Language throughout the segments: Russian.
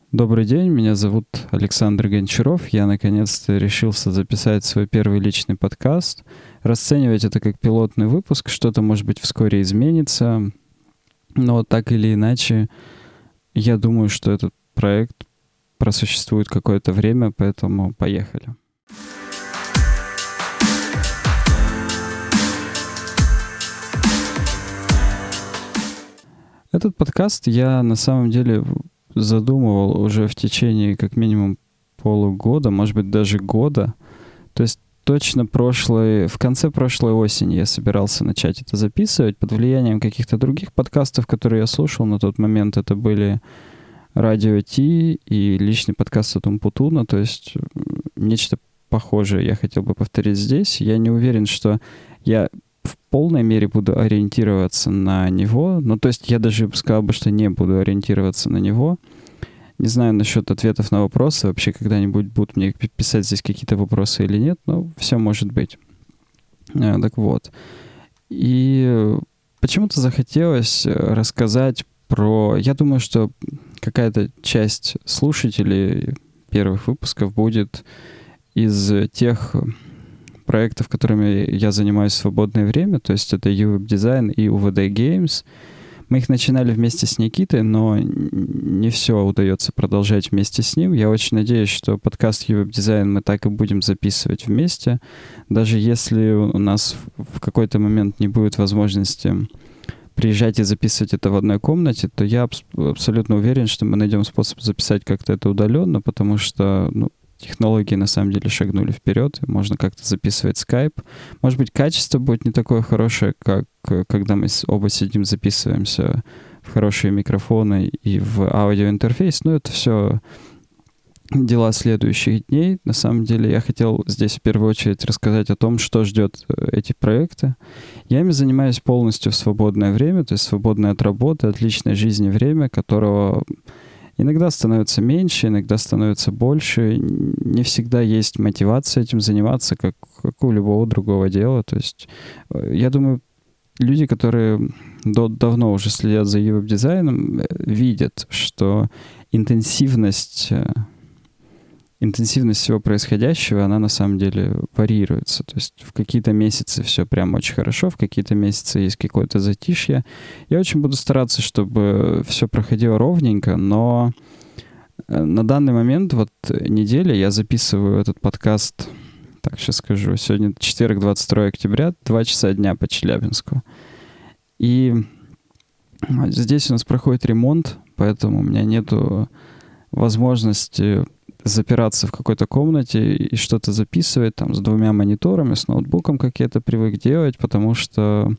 Добрый день, меня зовут Александр Гончаров. Я наконец-то решился записать свой первый личный подкаст. Расценивать это как пилотный выпуск, что-то, может быть, вскоре изменится. Но так или иначе, я думаю, что этот проект просуществует какое-то время, поэтому поехали. Этот подкаст я на самом деле задумывал уже в течение как минимум полугода, может быть, даже года. То есть точно в конце прошлой осени я собирался начать это записывать под влиянием каких-то других подкастов, которые я слушал на тот момент. Это были Радио Ти и личный подкаст от Умпутуна. То есть нечто похожее я хотел бы повторить здесь. Я не уверен, что я в полной мере буду ориентироваться на него. Ну, то есть я даже сказал бы, что не буду ориентироваться на него. Не знаю насчет ответов на вопросы. Вообще когда-нибудь будут мне писать здесь какие-то вопросы или нет. Но все может быть. Так вот. И почему-то захотелось рассказать про... Я думаю, что какая-то часть слушателей первых выпусков будет из тех проектов, которыми я занимаюсь в свободное время, то есть это UWeb Design и UVD Games. Мы их начинали вместе с Никитой, но не все удается продолжать вместе с ним. Я очень надеюсь, что подкаст UWeb Design мы так и будем записывать вместе. Даже если у нас в какой-то момент не будет возможности приезжать и записывать это в одной комнате, то я абсолютно уверен, что мы найдем способ записать как-то это удаленно, потому что, технологии на самом деле шагнули вперед, можно как-то записывать Skype. Может быть, качество будет не такое хорошее, как когда мы оба сидим, записываемся в хорошие микрофоны и в аудиоинтерфейс, но это все дела следующих дней. На самом деле я хотел здесь в первую очередь рассказать о том, что ждет эти проекты. Я ими занимаюсь полностью в свободное время, то есть свободное от работы, от личной жизни время, которого иногда становится меньше, иногда становится больше. Не всегда есть мотивация этим заниматься, как у любого другого дела. То есть я думаю, люди, которые давно уже следят за UWeb дизайном, видят, что интенсивность всего происходящего, она на самом деле варьируется. То есть в какие-то месяцы все прям очень хорошо, в какие-то месяцы есть какое-то затишье. Я очень буду стараться, чтобы все проходило ровненько, но на данный момент, неделя, я записываю этот подкаст, так, сейчас скажу, сегодня четверг, 22 октября, 2 часа дня по Челябинску. И здесь у нас проходит ремонт, поэтому у меня нету возможности запираться в какой-то комнате и что-то записывать там с 2 мониторами, с ноутбуком, как я это привык делать, потому что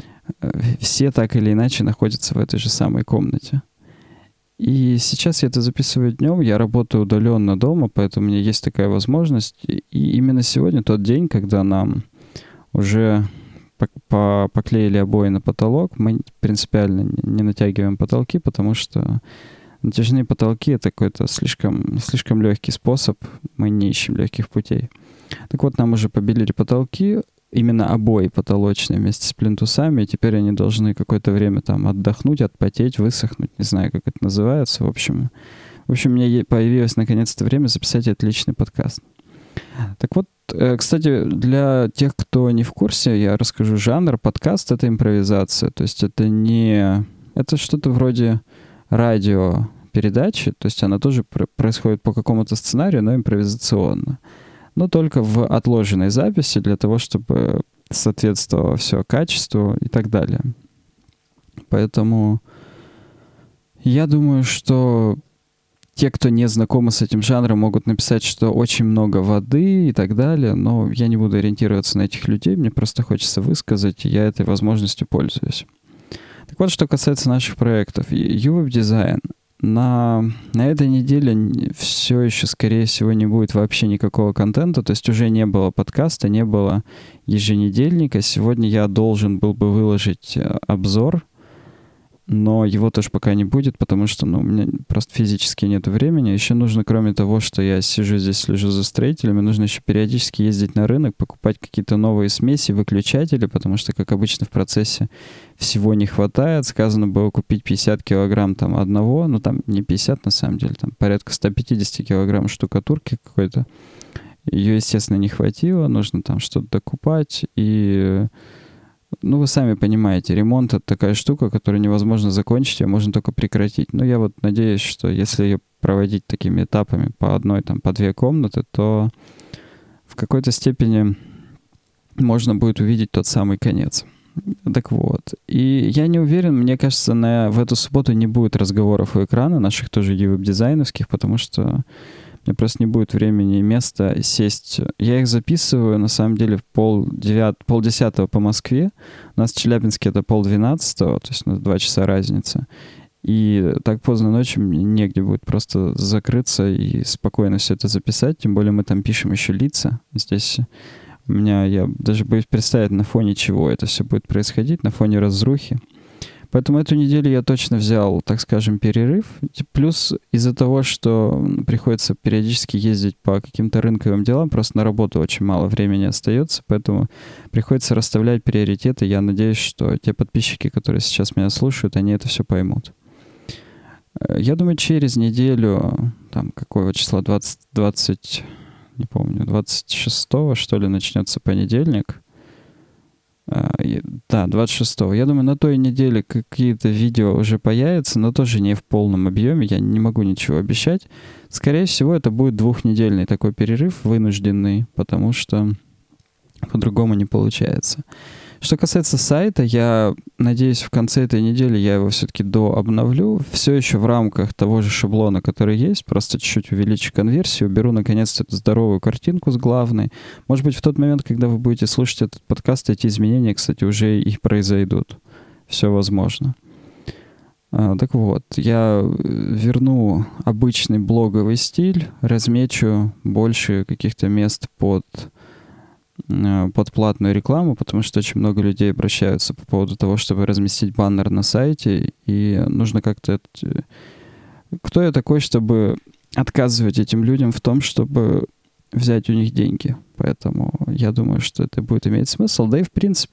все так или иначе находятся в этой же самой комнате. И сейчас я это записываю днем, я работаю удаленно дома, поэтому у меня есть такая возможность. И именно сегодня тот день, когда нам уже поклеили обои на потолок, мы принципиально не натягиваем потолки, потому что натяжные потолки — это какой-то слишком легкий способ. Мы не ищем легких путей. Так вот, нам уже побелили потолки, именно обои потолочные вместе с плинтусами, и теперь они должны какое-то время там отдохнуть, отпотеть, высохнуть. Не знаю, как это называется. В общем, у меня появилось наконец-то время записать отличный подкаст. Так вот, кстати, для тех, кто не в курсе, я расскажу жанр. Подкаст — это импровизация. То есть это что-то вроде радиопередачи, то есть она тоже происходит по какому-то сценарию, но импровизационно. Но только в отложенной записи для того, чтобы соответствовало все качеству и так далее. Поэтому я думаю, что те, кто не знакомы с этим жанром, могут написать, что очень много воды и так далее, но я не буду ориентироваться на этих людей, мне просто хочется высказать, и я этой возможностью пользуюсь. Так вот, что касается наших проектов. UWeb Design. На этой неделе все еще, скорее всего, не будет вообще никакого контента, то есть уже не было подкаста, не было еженедельника. Сегодня я должен был бы выложить обзор но его тоже пока не будет, потому что, у меня просто физически нет времени. Еще нужно, кроме того, что я сижу здесь, слежу за строителями, нужно еще периодически ездить на рынок, покупать какие-то новые смеси, выключатели, потому что, как обычно, в процессе всего не хватает. Сказано было купить 50 килограмм там одного, там не 50 на самом деле, там порядка 150 килограмм штукатурки какой-то. Ее, естественно, не хватило, нужно там что-то докупать, и... вы сами понимаете, ремонт — это такая штука, которую невозможно закончить, ее можно только прекратить. Я вот надеюсь, что если ее проводить такими этапами по одной, по две комнаты, то в какой-то степени можно будет увидеть тот самый конец. Так вот. И я не уверен, мне кажется, в эту субботу не будет разговоров у экрана, наших тоже веб-дизайновских, потому что мне просто не будет времени и места сесть. Я их записываю, на самом деле, в полдесятого по Москве. У нас в Челябинске это 11:30, то есть у нас 2 часа разница. И так поздно ночью мне негде будет просто закрыться и спокойно все это записать. Тем более мы там пишем еще лица. Здесь я даже боюсь представить, на фоне чего это все будет происходить, на фоне разрухи. Поэтому эту неделю я точно взял, так скажем, перерыв. Плюс из-за того, что приходится периодически ездить по каким-то рынковым делам, просто на работу очень мало времени остается, поэтому приходится расставлять приоритеты. Я надеюсь, что те подписчики, которые сейчас меня слушают, они это все поймут. Я думаю, через неделю, какого числа, не помню, 26-го, что ли, начнется понедельник. Да, 26-го. Я думаю, на той неделе какие-то видео уже появятся, но тоже не в полном объеме. Я не могу ничего обещать. Скорее всего, это будет 2-недельный такой перерыв, вынужденный, потому что по-другому не получается. Что касается сайта, я надеюсь, в конце этой недели я его все-таки дообновлю. Все еще в рамках того же шаблона, который есть. Просто чуть-чуть увеличу конверсию. Уберу, наконец-то, эту здоровую картинку с главной. Может быть, в тот момент, когда вы будете слушать этот подкаст, эти изменения, кстати, уже и произойдут. Все возможно. Так вот, я верну обычный блоговый стиль. Размечу больше каких-то мест под платную рекламу, потому что очень много людей обращаются по поводу того, чтобы разместить баннер на сайте, и нужно как-то... Кто я такой, чтобы отказывать этим людям в том, чтобы взять у них деньги? Поэтому я думаю, что это будет иметь смысл. Да и, в принципе,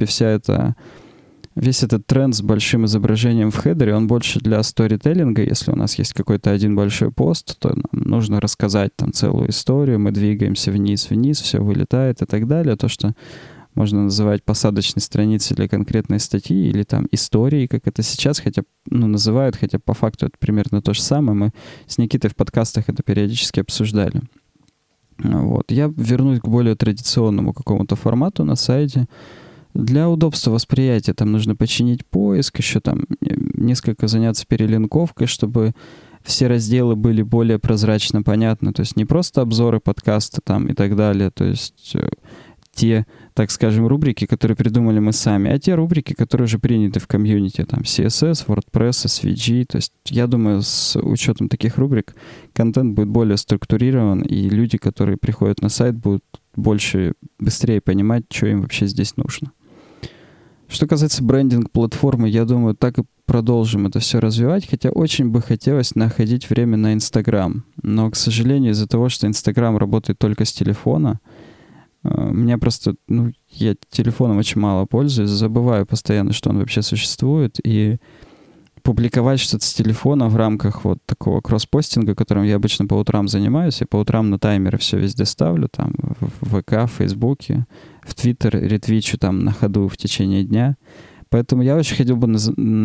весь этот тренд с большим изображением в хедере, он больше для сторителлинга. Если у нас есть какой-то один большой пост, то нам нужно рассказать целую историю, мы двигаемся вниз-вниз, все вылетает и так далее. То, что можно называть посадочной страницей для конкретной статьи или историей, как это сейчас называют, хотя по факту это примерно то же самое. Мы с Никитой в подкастах это периодически обсуждали. Вот. Я вернусь к более традиционному какому-то формату на сайте. Для удобства восприятия нужно починить поиск, еще несколько заняться перелинковкой, чтобы все разделы были более прозрачно понятны. То есть не просто обзоры подкаста и так далее, то есть те, так скажем, рубрики, которые придумали мы сами, а те рубрики, которые уже приняты в комьюнити, CSS, WordPress, SVG. То есть я думаю, с учетом таких рубрик контент будет более структурирован, и люди, которые приходят на сайт, будут быстрее понимать, что им вообще здесь нужно. Что касается брендинг-платформы, я думаю, так и продолжим это все развивать, хотя очень бы хотелось находить время на Инстаграм. Но, к сожалению, из-за того, что Инстаграм работает только с телефона, меня просто... я телефоном очень мало пользуюсь, забываю постоянно, что он вообще существует, и публиковать что-то с телефона в рамках такого кросс-постинга, которым я обычно по утрам занимаюсь, я по утрам на таймеры все везде ставлю, в ВК, в Фейсбуке, в Твиттер ретвичу на ходу в течение дня. Поэтому я очень хотел бы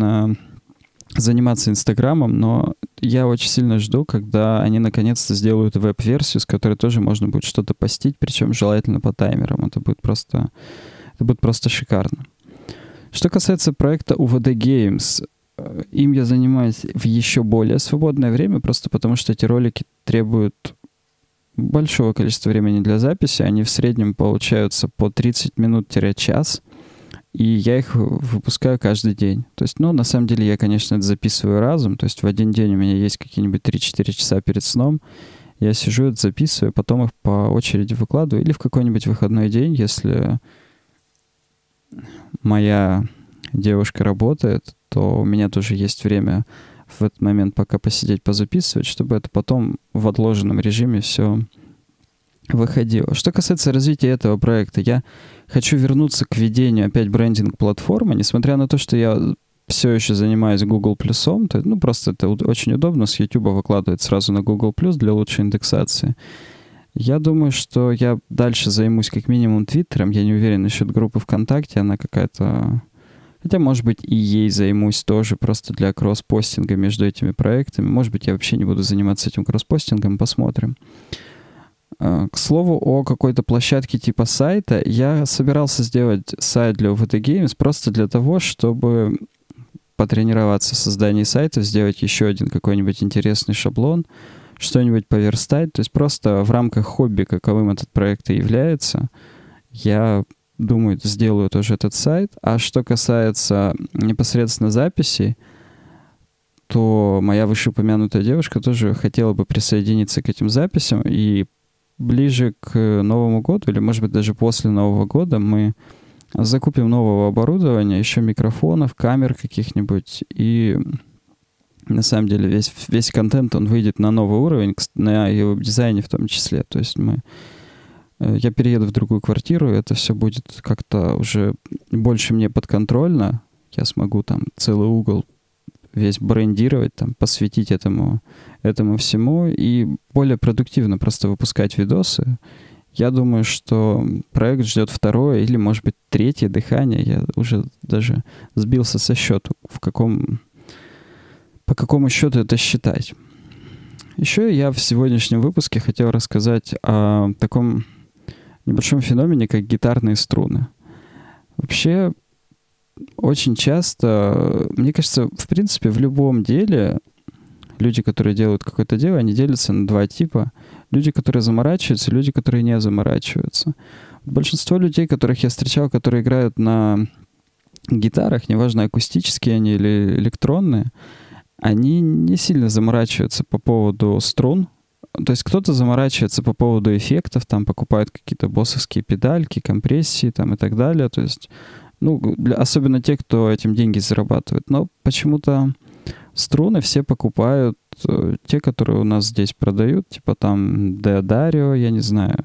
заниматься Инстаграмом, но я очень сильно жду, когда они наконец-то сделают веб-версию, с которой тоже можно будет что-то постить, причем желательно по таймерам. Это будет просто шикарно. Что касается проекта УВД Games, им я занимаюсь в еще более свободное время, просто потому что эти ролики требуют большого количества времени для записи. Они в среднем получаются по 30 минут-час, и я их выпускаю каждый день. То есть, на самом деле, я, конечно, это записываю разом. То есть в один день у меня есть какие-нибудь 3-4 часа перед сном. Я сижу, это записываю, потом их по очереди выкладываю. Или в какой-нибудь выходной день, если моя девушка работает, то у меня тоже есть время в этот момент пока посидеть, позаписывать, чтобы это потом в отложенном режиме все выходило. Что касается развития этого проекта, я хочу вернуться к ведению опять брендинг-платформы, несмотря на то, что я все еще занимаюсь Google+, то, просто это очень удобно, с YouTube выкладывать сразу на Google+, для лучшей индексации. Я думаю, что я дальше займусь как минимум Твиттером, я не уверен насчет группы ВКонтакте, она какая-то... Хотя, может быть, и ей займусь тоже просто для кросс-постинга между этими проектами. Может быть, я вообще не буду заниматься этим кросс-постингом, посмотрим. К слову, о какой-то площадке типа сайта. Я собирался сделать сайт для OVT Games просто для того, чтобы потренироваться в создании сайтов, сделать еще один какой-нибудь интересный шаблон, что-нибудь поверстать. То есть просто в рамках хобби, каковым этот проект и является, я думаю, сделаю тоже этот сайт. А что касается непосредственно записей, то моя вышеупомянутая девушка тоже хотела бы присоединиться к этим записям. И ближе к Новому году, или, может быть, даже после Нового года, мы закупим нового оборудования, еще микрофонов, камер каких-нибудь. И на самом деле весь контент, он выйдет на новый уровень, на его дизайне в том числе. То есть я перееду в другую квартиру, это все будет как-то уже больше мне подконтрольно. Я смогу там целый угол весь брендировать, там, посвятить этому всему и более продуктивно просто выпускать видосы. Я думаю, что проект ждет второе или, может быть, третье дыхание. Я уже даже сбился со счету, по какому счету это считать. Еще я в сегодняшнем выпуске хотел рассказать о таком небольшом феномене, как гитарные струны. Вообще, очень часто, мне кажется, в принципе, в любом деле люди, которые делают какое-то дело, они делятся на два типа. Люди, которые заморачиваются, и люди, которые не заморачиваются. Большинство людей, которых я встречал, которые играют на гитарах, неважно, акустические они или электронные, они не сильно заморачиваются по поводу струн. То есть кто-то заморачивается по поводу эффектов, там покупают какие-то боссовские педальки, компрессии там, и так далее. То есть, особенно те, кто этим деньги зарабатывает. Но почему-то струны все покупают, те, которые у нас здесь продают, типа там Deodario, я не знаю,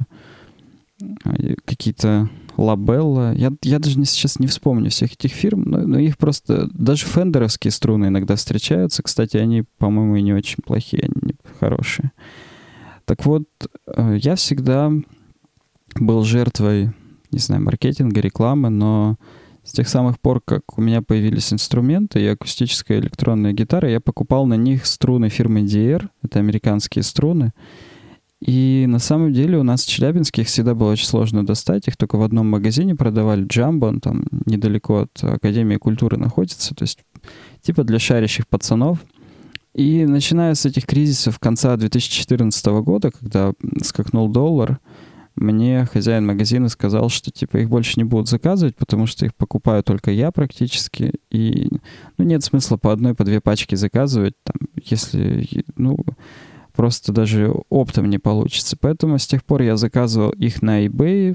какие-то Labella. Я даже сейчас не вспомню всех этих фирм, но их просто... Даже фендеровские струны иногда встречаются. Кстати, они, по-моему, и не очень плохие, они хорошие. Так вот, я всегда был жертвой, не знаю, маркетинга, рекламы, но с тех самых пор, как у меня появились инструменты и акустическая электронная гитара, я покупал на них струны фирмы DR, это американские струны. И на самом деле у нас в Челябинске их всегда было очень сложно достать. Их только в одном магазине продавали, Jumbo, он там недалеко от Академии культуры находится, то есть типа для шарящих пацанов. И начиная с этих кризисов конца 2014 года, когда скакнул доллар, мне хозяин магазина сказал, что типа их больше не будут заказывать, потому что их покупаю только я практически. И нет смысла по одной, по две пачки заказывать, там, если просто даже оптом не получится. Поэтому с тех пор я заказывал их на eBay,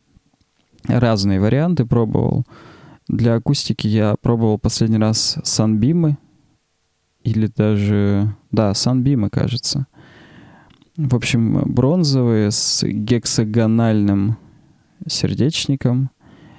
разные варианты пробовал. Для акустики я пробовал последний раз Sunbeam, или даже... Да, Sunbeam, кажется. В общем, бронзовые с гексагональным сердечником.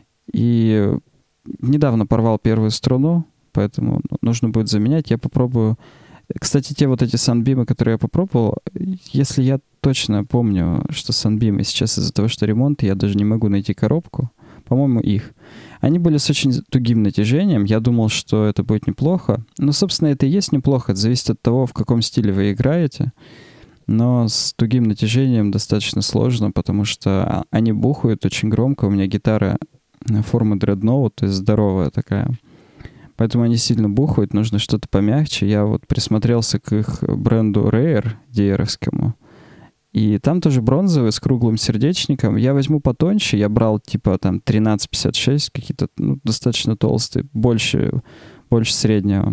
И недавно порвал первую струну, поэтому нужно будет заменять. Я попробую... Кстати, те вот эти Sunbeam, которые я попробовал, если я точно помню, что Sunbeam сейчас из-за того, что ремонт, я даже не могу найти коробку. По-моему, их. Они были с очень тугим натяжением. Я думал, что это будет неплохо. Но, собственно, это и есть неплохо. Это зависит от того, в каком стиле вы играете. Но с тугим натяжением достаточно сложно, потому что они бухают очень громко. У меня гитара формы Dreadnought, то есть здоровая такая. Поэтому они сильно бухают, нужно что-то помягче. Я вот присмотрелся к их бренду Rare, DR-овскому. И там тоже бронзовый с круглым сердечником. Я возьму потоньше. Я брал типа там 1356, какие-то достаточно толстые, больше среднего.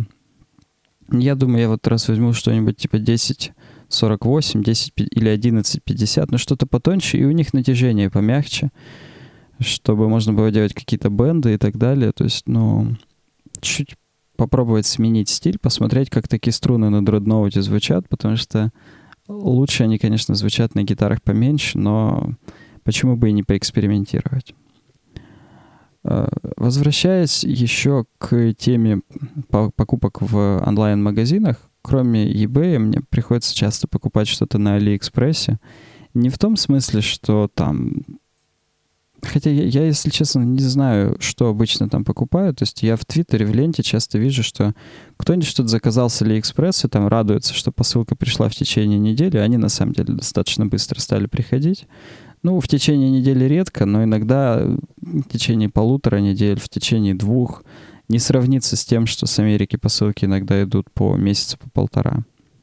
Я думаю, я вот раз возьму что-нибудь типа 1048, 10 или 1150, что-то потоньше, и у них натяжение помягче, чтобы можно было делать какие-то бенды и так далее. То есть, чуть попробовать сменить стиль, посмотреть, как такие струны на дредноуте звучат, потому что лучше они, конечно, звучат на гитарах поменьше, но почему бы и не поэкспериментировать. Возвращаясь еще к теме покупок в онлайн-магазинах, кроме eBay, мне приходится часто покупать что-то на Алиэкспрессе. Не в том смысле, что там... Хотя я, если честно, не знаю, что обычно там покупаю. То есть я в Твиттере, в ленте часто вижу, что кто-нибудь что-то заказал с Алиэкспресса, там радуется, что посылка пришла в течение недели. Они, на самом деле, достаточно быстро стали приходить. Ну, в течение недели редко, но иногда в течение 1,5 недели, в течение 2 не сравнится с тем, что с Америки посылки иногда идут по месяцу, по 1,5.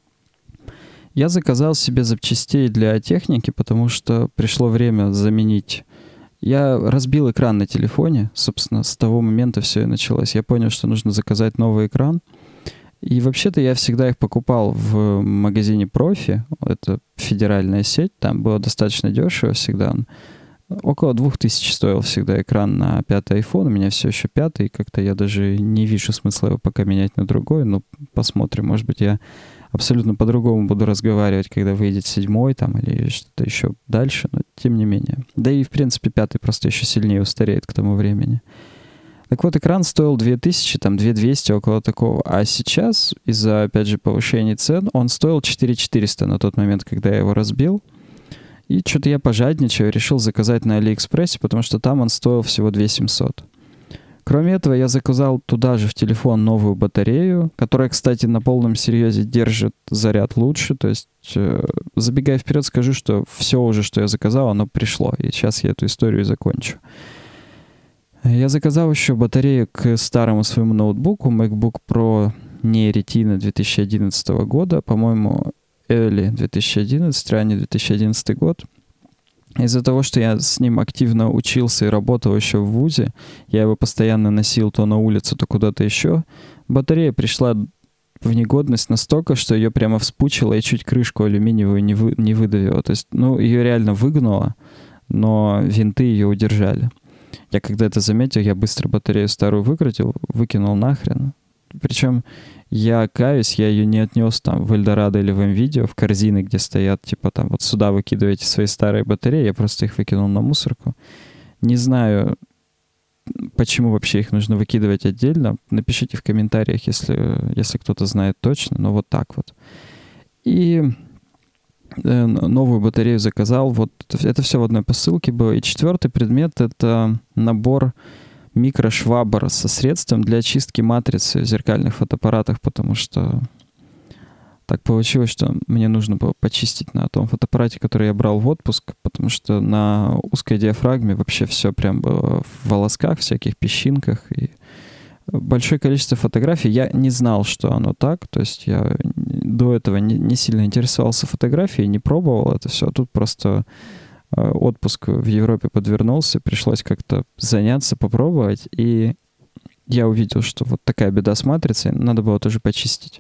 Я заказал себе запчастей для техники, потому что пришло время заменить. Я разбил экран на телефоне, собственно, с того момента все и началось. Я понял, что нужно заказать новый экран. И вообще-то я всегда их покупал в магазине «Профи». Это федеральная сеть, там было достаточно дешево всегда. Около 2000 стоил всегда экран на 5-й iPhone. У меня все еще 5-й, как-то я даже не вижу смысла его пока менять на другой. Но посмотрим, может быть, я абсолютно по-другому буду разговаривать, когда выйдет 7-й там, или что-то еще дальше, но тем не менее. Да и, в принципе, 5-й просто еще сильнее устареет к тому времени. Так вот, экран стоил 2000, там 2200, около такого. А сейчас, из-за, опять же, повышения цен, он стоил 4400 на тот момент, когда я его разбил. И что-то я пожадничаю, решил заказать на Алиэкспрессе, потому что там он стоил всего 2700. Кроме этого, я заказал туда же в телефон новую батарею, которая, кстати, на полном серьезе держит заряд лучше. То есть, забегая вперед, скажу, что все уже, что я заказал, оно пришло. И сейчас я эту историю закончу. Я заказал еще батарею к старому своему ноутбуку, MacBook Pro не Retina 2011 года, по-моему, Early 2011, ранний 2011 год. Из-за того, что я с ним активно учился и работал еще в вузе, я его постоянно носил то на улицу, то куда-то еще, батарея пришла в негодность настолько, что ее прямо вспучило и чуть крышку алюминиевую не выдавило. То есть, ее реально выгнуло, но винты ее удержали. Я когда это заметил, я быстро батарею старую выкрутил, выкинул нахрен. Причем я каюсь, я ее не отнес там в Эльдорадо или в МВидео, в корзины, где стоят, типа там вот сюда выкидываете свои старые батареи, я просто их выкинул на мусорку. Не знаю, почему вообще их нужно выкидывать отдельно. Напишите в комментариях, если кто-то знает точно, но вот так вот. И новую батарею заказал. Вот это все в одной посылке было. И 4-й предмет — это набор микрошвабр со средством для очистки матрицы в зеркальных фотоаппаратах, потому что так получилось, что мне нужно было почистить на том фотоаппарате, который я брал в отпуск, потому что на узкой диафрагме вообще все прям было в волосках, всяких песчинках и большое количество фотографий. Я не знал, что оно так, то есть я до этого не сильно интересовался фотографией, не пробовал это все. Тут просто отпуск в Европе подвернулся, пришлось как-то заняться, попробовать, и я увидел, что вот такая беда с матрицей, надо было тоже почистить.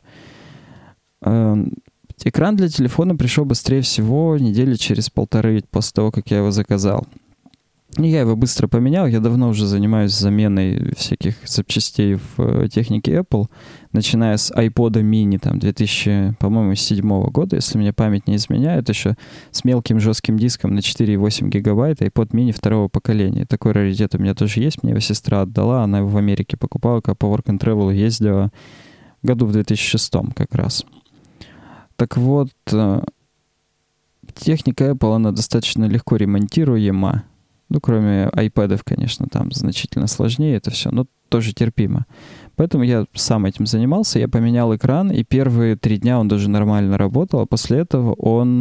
Экран для телефона пришел быстрее всего недели через 1,5 после того, как я его заказал. И я его быстро поменял. Я давно уже занимаюсь заменой всяких запчастей в технике Apple, начиная с iPod mini, там, 2007 года, если мне память не изменяет, еще с мелким жестким диском на 4,8 гигабайта, iPod mini 2-го поколения. Такой раритет у меня тоже есть, мне его сестра отдала, она его в Америке покупала, когда по Work and Travel ездила году в 2006 как раз. Так вот, техника Apple, она достаточно легко ремонтируема. Кроме iPad'ов, конечно, там значительно сложнее это все, но тоже терпимо. Поэтому я сам этим занимался, я поменял экран, и первые 3 дня он даже нормально работал, а после этого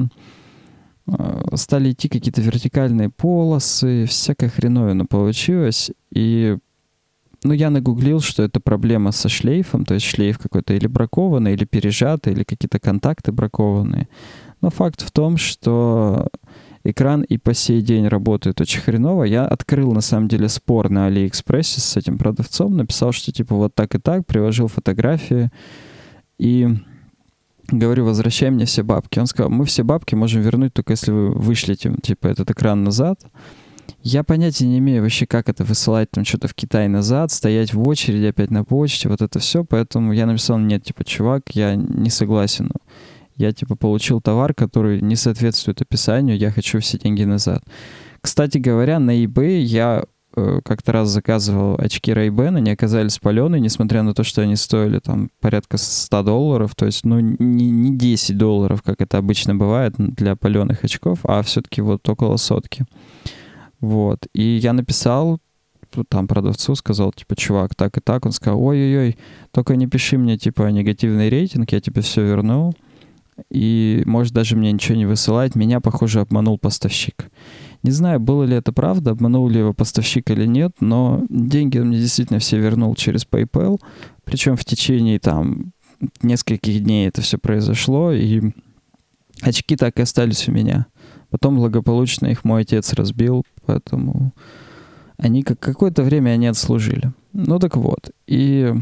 стали идти какие-то вертикальные полосы, всякая хреновина получилась, и я нагуглил, что это проблема со шлейфом, то есть шлейф какой-то или бракованный, или пережатый, или какие-то контакты бракованные. Но факт в том, что экран и по сей день работает очень хреново. Я открыл, на самом деле, спор на Алиэкспрессе с этим продавцом, написал, что типа вот так и так, приложил фотографии и говорю, возвращай мне все бабки. Он сказал, мы все бабки можем вернуть только если вы вышлете типа этот экран назад. Я понятия не имею вообще, как это высылать там что-то в Китай назад, стоять в очереди опять на почте, вот это все. Поэтому я написал, нет, типа, чувак, я не согласен. Я, типа, получил товар, который не соответствует описанию, я хочу все деньги назад. Кстати говоря, на eBay я как-то раз заказывал очки Ray-Ban, они оказались паленые, несмотря на то, что они стоили там порядка $100, то есть, ну, не $10, как это обычно бывает для паленых очков, а все-таки вот около сотки. Вот. И я написал там продавцу, сказал, типа, чувак, так и так. Он сказал, ой-ой-ой, только не пиши мне, типа, негативный рейтинг, я тебе все вернул. И может даже мне ничего не высылать. Меня, похоже, обманул поставщик. Не знаю, было ли это правда, обманул ли его поставщик или нет, но деньги он мне действительно все вернул через PayPal. Причем в течение там нескольких дней это все произошло, и очки так и остались у меня. Потом благополучно их мой отец разбил, поэтому они какое-то время они отслужили. Ну так вот, и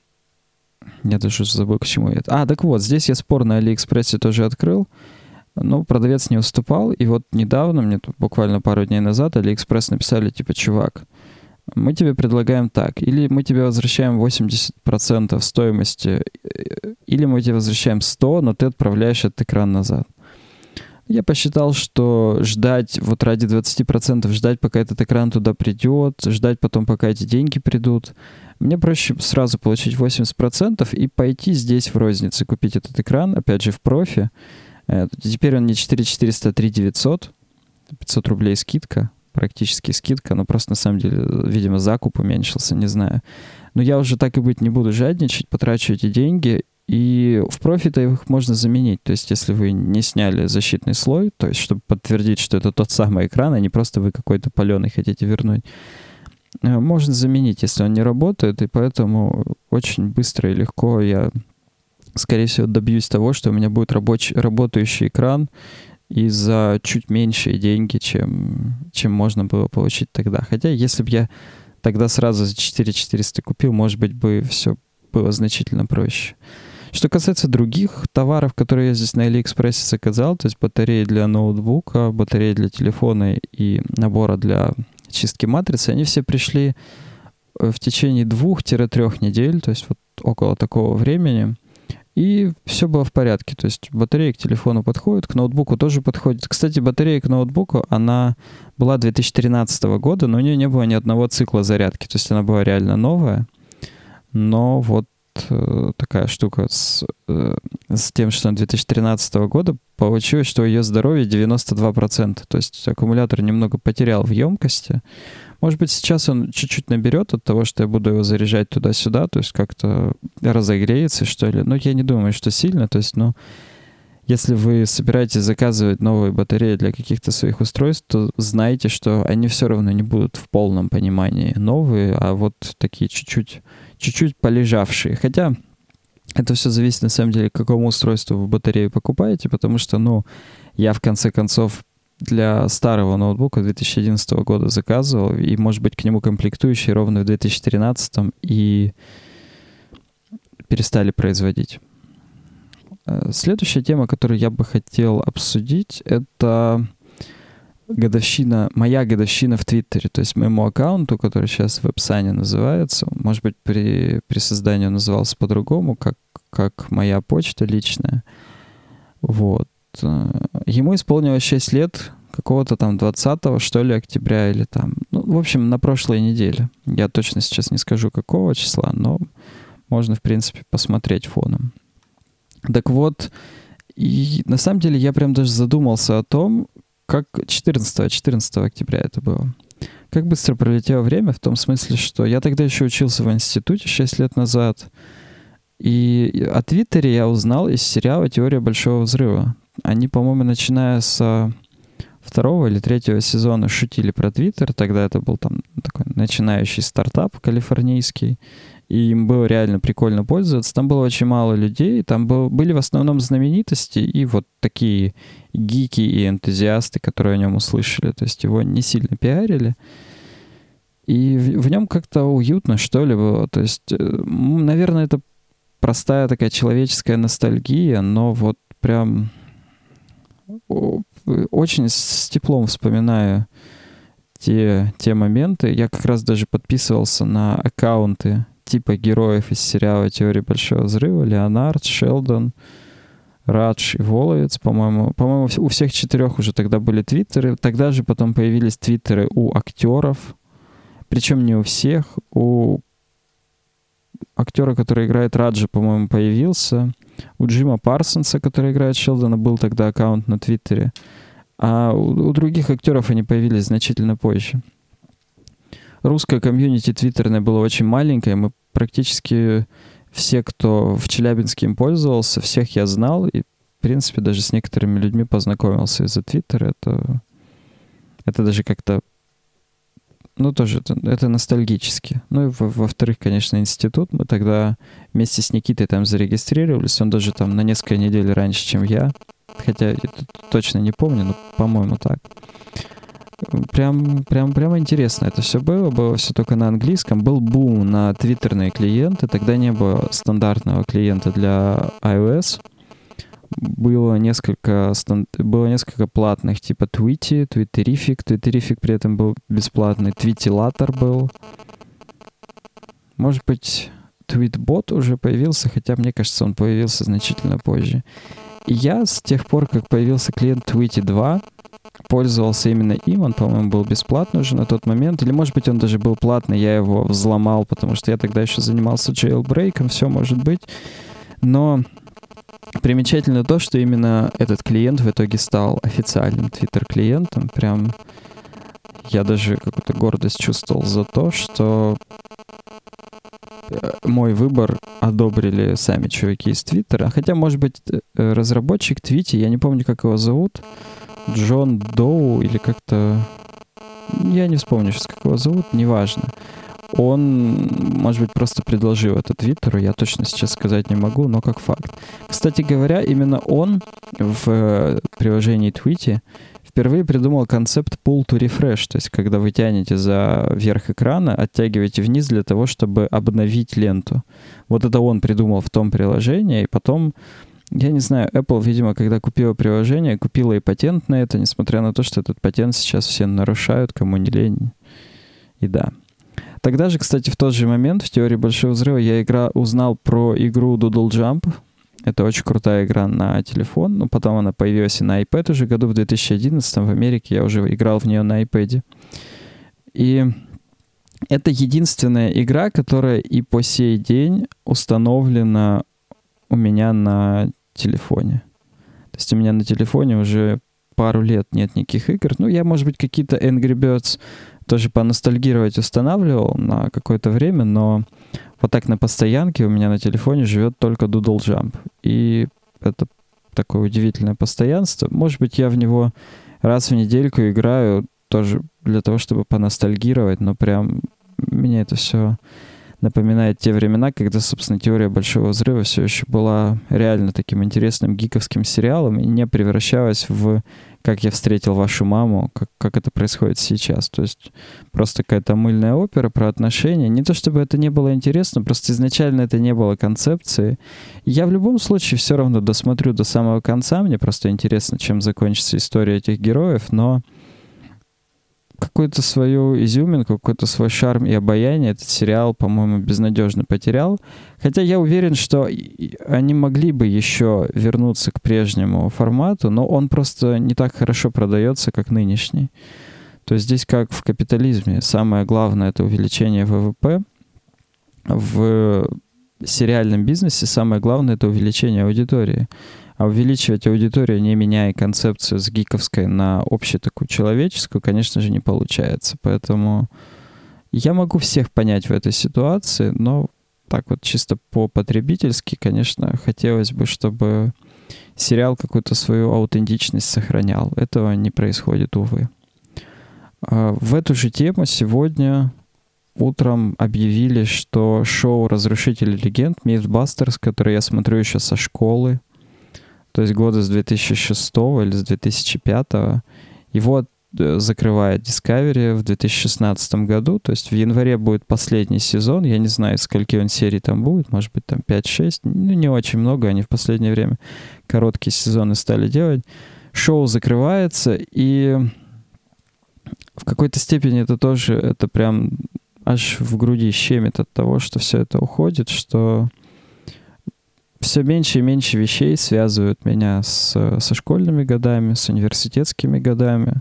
я даже забыл, к чему это. Так вот, здесь я спор на Алиэкспрессе тоже открыл, но продавец не уступал, и вот недавно, мне тут буквально пару дней назад, Алиэкспресс написали, типа, чувак, мы тебе предлагаем так, или мы тебе возвращаем 80% стоимости, или мы тебе возвращаем 100%, но ты отправляешь этот экран назад. Я посчитал, что ждать, вот ради 20% ждать, пока этот экран туда придет, ждать потом, пока эти деньги придут. Мне проще сразу получить 80% и пойти здесь в рознице, купить этот экран, опять же, в профи. Теперь он не 4400, а 3900. 500 рублей скидка, практически скидка, но просто на самом деле, видимо, закуп уменьшился, не знаю. Но я уже так и быть не буду жадничать, потрачу эти деньги. И в профи-то их можно заменить. То есть, если вы не сняли защитный слой, то есть, чтобы подтвердить, что это тот самый экран, а не просто вы какой-то паленый хотите вернуть, можно заменить, если он не работает. И поэтому очень быстро и легко я, скорее всего, добьюсь того, что у меня будет работающий экран и за чуть меньшие деньги, чем можно было получить тогда. Хотя, если бы я тогда сразу за 4400 купил, может быть, бы все было значительно проще. Что касается других товаров, которые я здесь на Алиэкспрессе заказал, то есть батареи для ноутбука, батареи для телефона и набора для чистки матрицы, они все пришли в течение 2-3 недель, то есть вот около такого времени, и все было в порядке. То есть батарея к телефону подходит, к ноутбуку тоже подходит. Кстати, батарея к ноутбуку, она была 2013 года, но у нее не было ни одного цикла зарядки, то есть она была реально новая, но вот такая штука с тем, что на 2013 года получилось, что ее здоровье 92%. То есть аккумулятор немного потерял в емкости. Может быть, сейчас он чуть-чуть наберет от того, что я буду его заряжать туда-сюда, то есть как-то разогреется, что ли. Но я не думаю, что сильно. То есть, если вы собираетесь заказывать новые батареи для каких-то своих устройств, то знайте, что они все равно не будут в полном понимании новые, а вот такие чуть-чуть полежавшие. Хотя это все зависит, на самом деле, к какому устройству вы батарею покупаете, потому что, я в конце концов для старого ноутбука 2011 года заказывал, и, может быть, к нему комплектующие ровно в 2013 и перестали производить. Следующая тема, которую я бы хотел обсудить, это моя годовщина в Твиттере, то есть моему аккаунту, который сейчас в WebSunny называется. Может быть, при создании он назывался по-другому, как моя почта личная. Вот. Ему исполнилось 6 лет, какого-то там 20-го, что ли, октября или там... в общем, на прошлой неделе. Я точно сейчас не скажу, какого числа, но можно, в принципе, посмотреть фоном. Так вот, и на самом деле я прям даже задумался о том, как 14 октября это было. Как быстро пролетело время, в том смысле, что я тогда еще учился в институте 6 лет назад, и о Твиттере я узнал из сериала «Теория большого взрыва». Они, по-моему, начиная с 2 или 3 сезона шутили про Твиттер. Тогда это был там такой начинающий стартап калифорнийский. И им было реально прикольно пользоваться. Там было очень мало людей. Там были в основном знаменитости и вот такие гики и энтузиасты, которые о нем услышали. То есть его не сильно пиарили. И в нем как-то уютно, что ли, было. То есть, наверное, это простая такая человеческая ностальгия, но вот прям очень с теплом вспоминаю те моменты. Я как раз даже подписывался на аккаунты типа героев из сериала «Теория Большого Взрыва». Леонард, Шелдон, Радж и Воловец, по-моему. По-моему, у всех 4 уже тогда были твиттеры. Тогда же потом появились твиттеры у актеров. Причем не у всех. У актера, который играет Раджа, по-моему, появился. У Джима Парсонса, который играет Шелдона, был тогда аккаунт на твиттере. А у других актеров они появились значительно позже. Русское комьюнити твиттерное было очень маленькое. Мы практически все, кто в Челябинске им пользовался, всех я знал. И, в принципе, даже с некоторыми людьми познакомился из-за твиттера. Это даже как-то... Ну, тоже это ностальгически. Ну, и во-вторых, конечно, институт. Мы тогда вместе с Никитой там зарегистрировались. Он даже там на несколько недель раньше, чем я. Хотя я точно не помню, но, по-моему, так. Прям интересно это все было. Было все только на английском. Был бум на твиттерные клиенты. Тогда не было стандартного клиента для iOS. Было несколько платных, типа Tweety, Twitterific. Twitterific при этом был бесплатный. Tweetilator был. Может быть, Tweetbot уже появился, хотя, мне кажется, он появился значительно позже. И я с тех пор, как появился клиент Tweety 2, пользовался именно им. Он, по-моему, был бесплатный уже на тот момент. Или, может быть, он даже был платный, я его взломал, потому что я тогда еще занимался jailbreak'ом, все может быть. Но примечательно то, что именно этот клиент в итоге стал официальным Twitter-клиентом. Прям я даже какую-то гордость чувствовал за то, что мой выбор одобрили сами чуваки из Твиттера. Хотя, может быть, разработчик Твити, я не помню, как его зовут, Джон Доу или как-то... Я не вспомню сейчас, как его зовут, неважно. Он, может быть, просто предложил это Твиттеру, я точно сейчас сказать не могу, но как факт. Кстати говоря, именно он в приложении Tweety впервые придумал концепт pull to refresh, то есть когда вы тянете за верх экрана, оттягиваете вниз для того, чтобы обновить ленту. Вот это он придумал в том приложении, и потом, я не знаю, Apple, видимо, когда купила приложение, купила и патент на это, несмотря на то, что этот патент сейчас все нарушают, кому не лень. И да. Тогда же, кстати, в тот же момент в «Теории Большого Взрыва» я узнал про игру Doodle Jump. Это очень крутая игра на телефон. Но потом она появилась и на iPad уже году в 2011. В Америке я уже играл в нее на iPad. И это единственная игра, которая и по сей день установлена у меня на телефоне. То есть у меня на телефоне уже пару лет нет никаких игр. Ну, я, может быть, какие-то Angry Birds тоже поностальгировать устанавливал на какое-то время, но вот так на постоянке у меня на телефоне живет только Doodle Jump. И это такое удивительное постоянство. Может быть, я в него раз в недельку играю тоже для того, чтобы поностальгировать, но прям меня это все напоминает те времена, когда, собственно, «Теория Большого Взрыва» все еще была реально таким интересным гиковским сериалом и не превращалась в «Как я встретил вашу маму», как это происходит сейчас. То есть просто какая-то мыльная опера про отношения. Не то чтобы это не было интересно, просто изначально это не было концепции. Я в любом случае все равно досмотрю до самого конца. Мне просто интересно, чем закончится история этих героев, но какую-то свою изюминку, какой-то свой шарм и обаяние этот сериал, по-моему, безнадежно потерял. Хотя я уверен, что они могли бы еще вернуться к прежнему формату, но он просто не так хорошо продается, как нынешний. То есть здесь, как в капитализме, самое главное — это увеличение ВВП. В сериальном бизнесе самое главное — это увеличение аудитории. А увеличивать аудиторию, не меняя концепцию с гиковской на общую такую человеческую, конечно же, не получается. Поэтому я могу всех понять в этой ситуации, но так вот чисто по-потребительски, конечно, хотелось бы, чтобы сериал какую-то свою аутентичность сохранял. Этого не происходит, увы. В эту же тему сегодня утром объявили, что шоу «Разрушители легенд» Mythbusters, которое я смотрю еще со школы, то есть года с 2006 или с 2005, его закрывает Discovery в 2016 году, то есть в январе будет последний сезон, я не знаю, скольки он серий там будет, может быть там 5-6, ну не очень много, они в последнее время короткие сезоны стали делать. Шоу закрывается, и в какой-то степени это тоже, это прям аж в груди щемит от того, что все это уходит, что все меньше и меньше вещей связывают меня со школьными годами, с университетскими годами.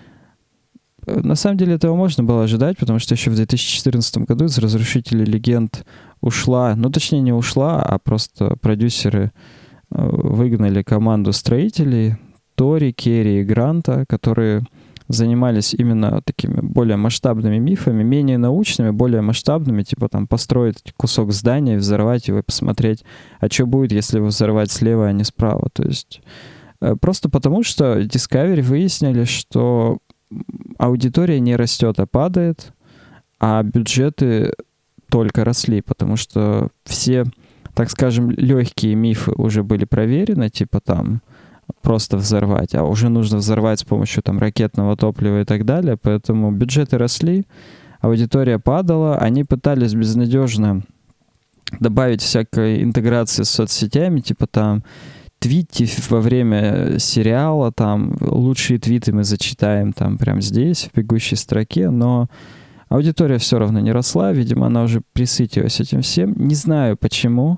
На самом деле этого можно было ожидать, потому что еще в 2014 году из «Разрушителей легенд» ушла, ну точнее не ушла, а просто продюсеры выгнали команду строителей Тори, Керри и Гранта, которые занимались именно такими более масштабными мифами, менее научными, более масштабными, типа там построить кусок здания, взорвать его и посмотреть, а что будет, если его взорвать слева, а не справа. То есть просто потому, что Discovery выяснили, что аудитория не растет, а падает, а бюджеты только росли, потому что все, так скажем, легкие мифы уже были проверены, типа там просто взорвать, а уже нужно взорвать с помощью там ракетного топлива и так далее, поэтому бюджеты росли, аудитория падала, они пытались безнадежно добавить всякой интеграции с соцсетями, типа там твитти во время сериала, там лучшие твиты мы зачитаем там прямо здесь, в бегущей строке, но аудитория все равно не росла, видимо, она уже присытилась этим всем. Не знаю почему.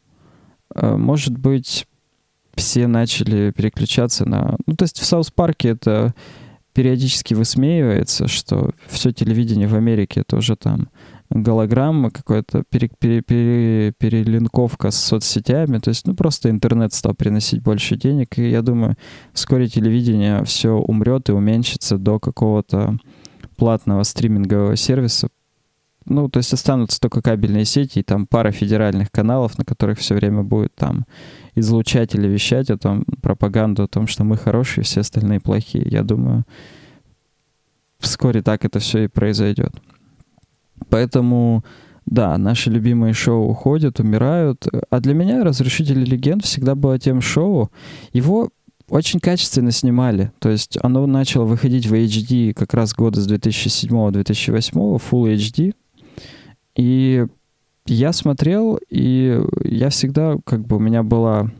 Может быть, все начали переключаться на... Ну, то есть в Саус-Парке это периодически высмеивается, что все телевидение в Америке это уже там голограмма, какая-то перелинковка с соцсетями. То есть, ну, просто интернет стал приносить больше денег. И я думаю, вскоре телевидение все умрет и уменьшится до какого-то платного стримингового сервиса. Ну, то есть останутся только кабельные сети и там пара федеральных каналов, на которых все время будет там излучать или вещать о том, пропаганду о том, что мы хорошие, все остальные плохие. Я думаю, вскоре так это все и произойдет. Поэтому, да, наши любимые шоу уходят, умирают. А для меня «Разрушители легенд» всегда было тем шоу. Его очень качественно снимали. То есть оно начало выходить в HD как раз года с 2007-2008, Full HD. И я смотрел, и я всегда, как бы, у меня была,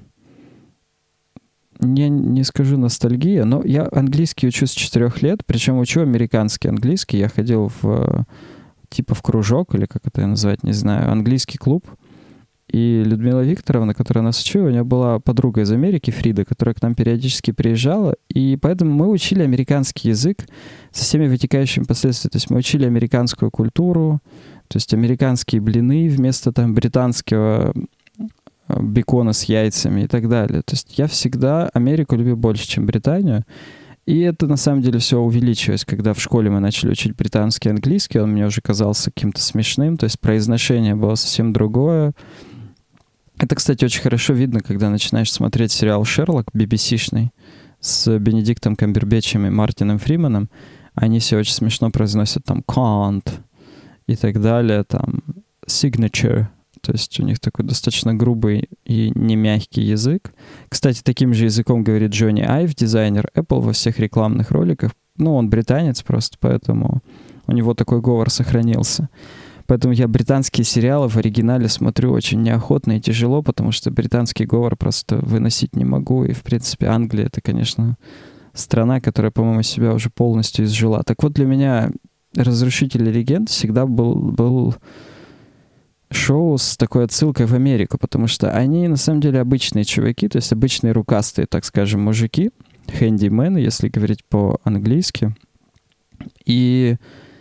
не скажу ностальгия, но я английский учу с 4 лет, причем учу американский английский. Я ходил в кружок, или как это назвать, не знаю, английский клуб. И Людмила Викторовна, которая нас учила, у нее была подруга из Америки, Фрида, которая к нам периодически приезжала, и поэтому мы учили американский язык со всеми вытекающими последствиями. То есть мы учили американскую культуру, то есть американские блины вместо там британского бекона с яйцами и так далее. То есть я всегда Америку любил больше, чем Британию. И это на самом деле все увеличилось, когда в школе мы начали учить британский английский, он мне уже казался каким-то смешным, то есть произношение было совсем другое. Это, кстати, очень хорошо видно, когда начинаешь смотреть сериал «Шерлок» BBC-шный с Бенедиктом Камбербэтчем и Мартином Фриманом. Они все очень смешно произносят там «can't» и так далее, там «signature». То есть у них такой достаточно грубый и не мягкий язык. Кстати, таким же языком говорит Джонни Айв, дизайнер Apple, во всех рекламных роликах. Ну, он британец просто, поэтому у него такой говор сохранился. Поэтому я британские сериалы в оригинале смотрю очень неохотно и тяжело, потому что британский говор просто выносить не могу. И, в принципе, Англия — это, конечно, страна, которая, по-моему, себя уже полностью изжила. Так вот, для меня «Разрушители легенд» всегда был шоу с такой отсылкой в Америку, потому что они, на самом деле, обычные чуваки, то есть обычные рукастые, так скажем, мужики, хэндимены, если говорить по-английски. И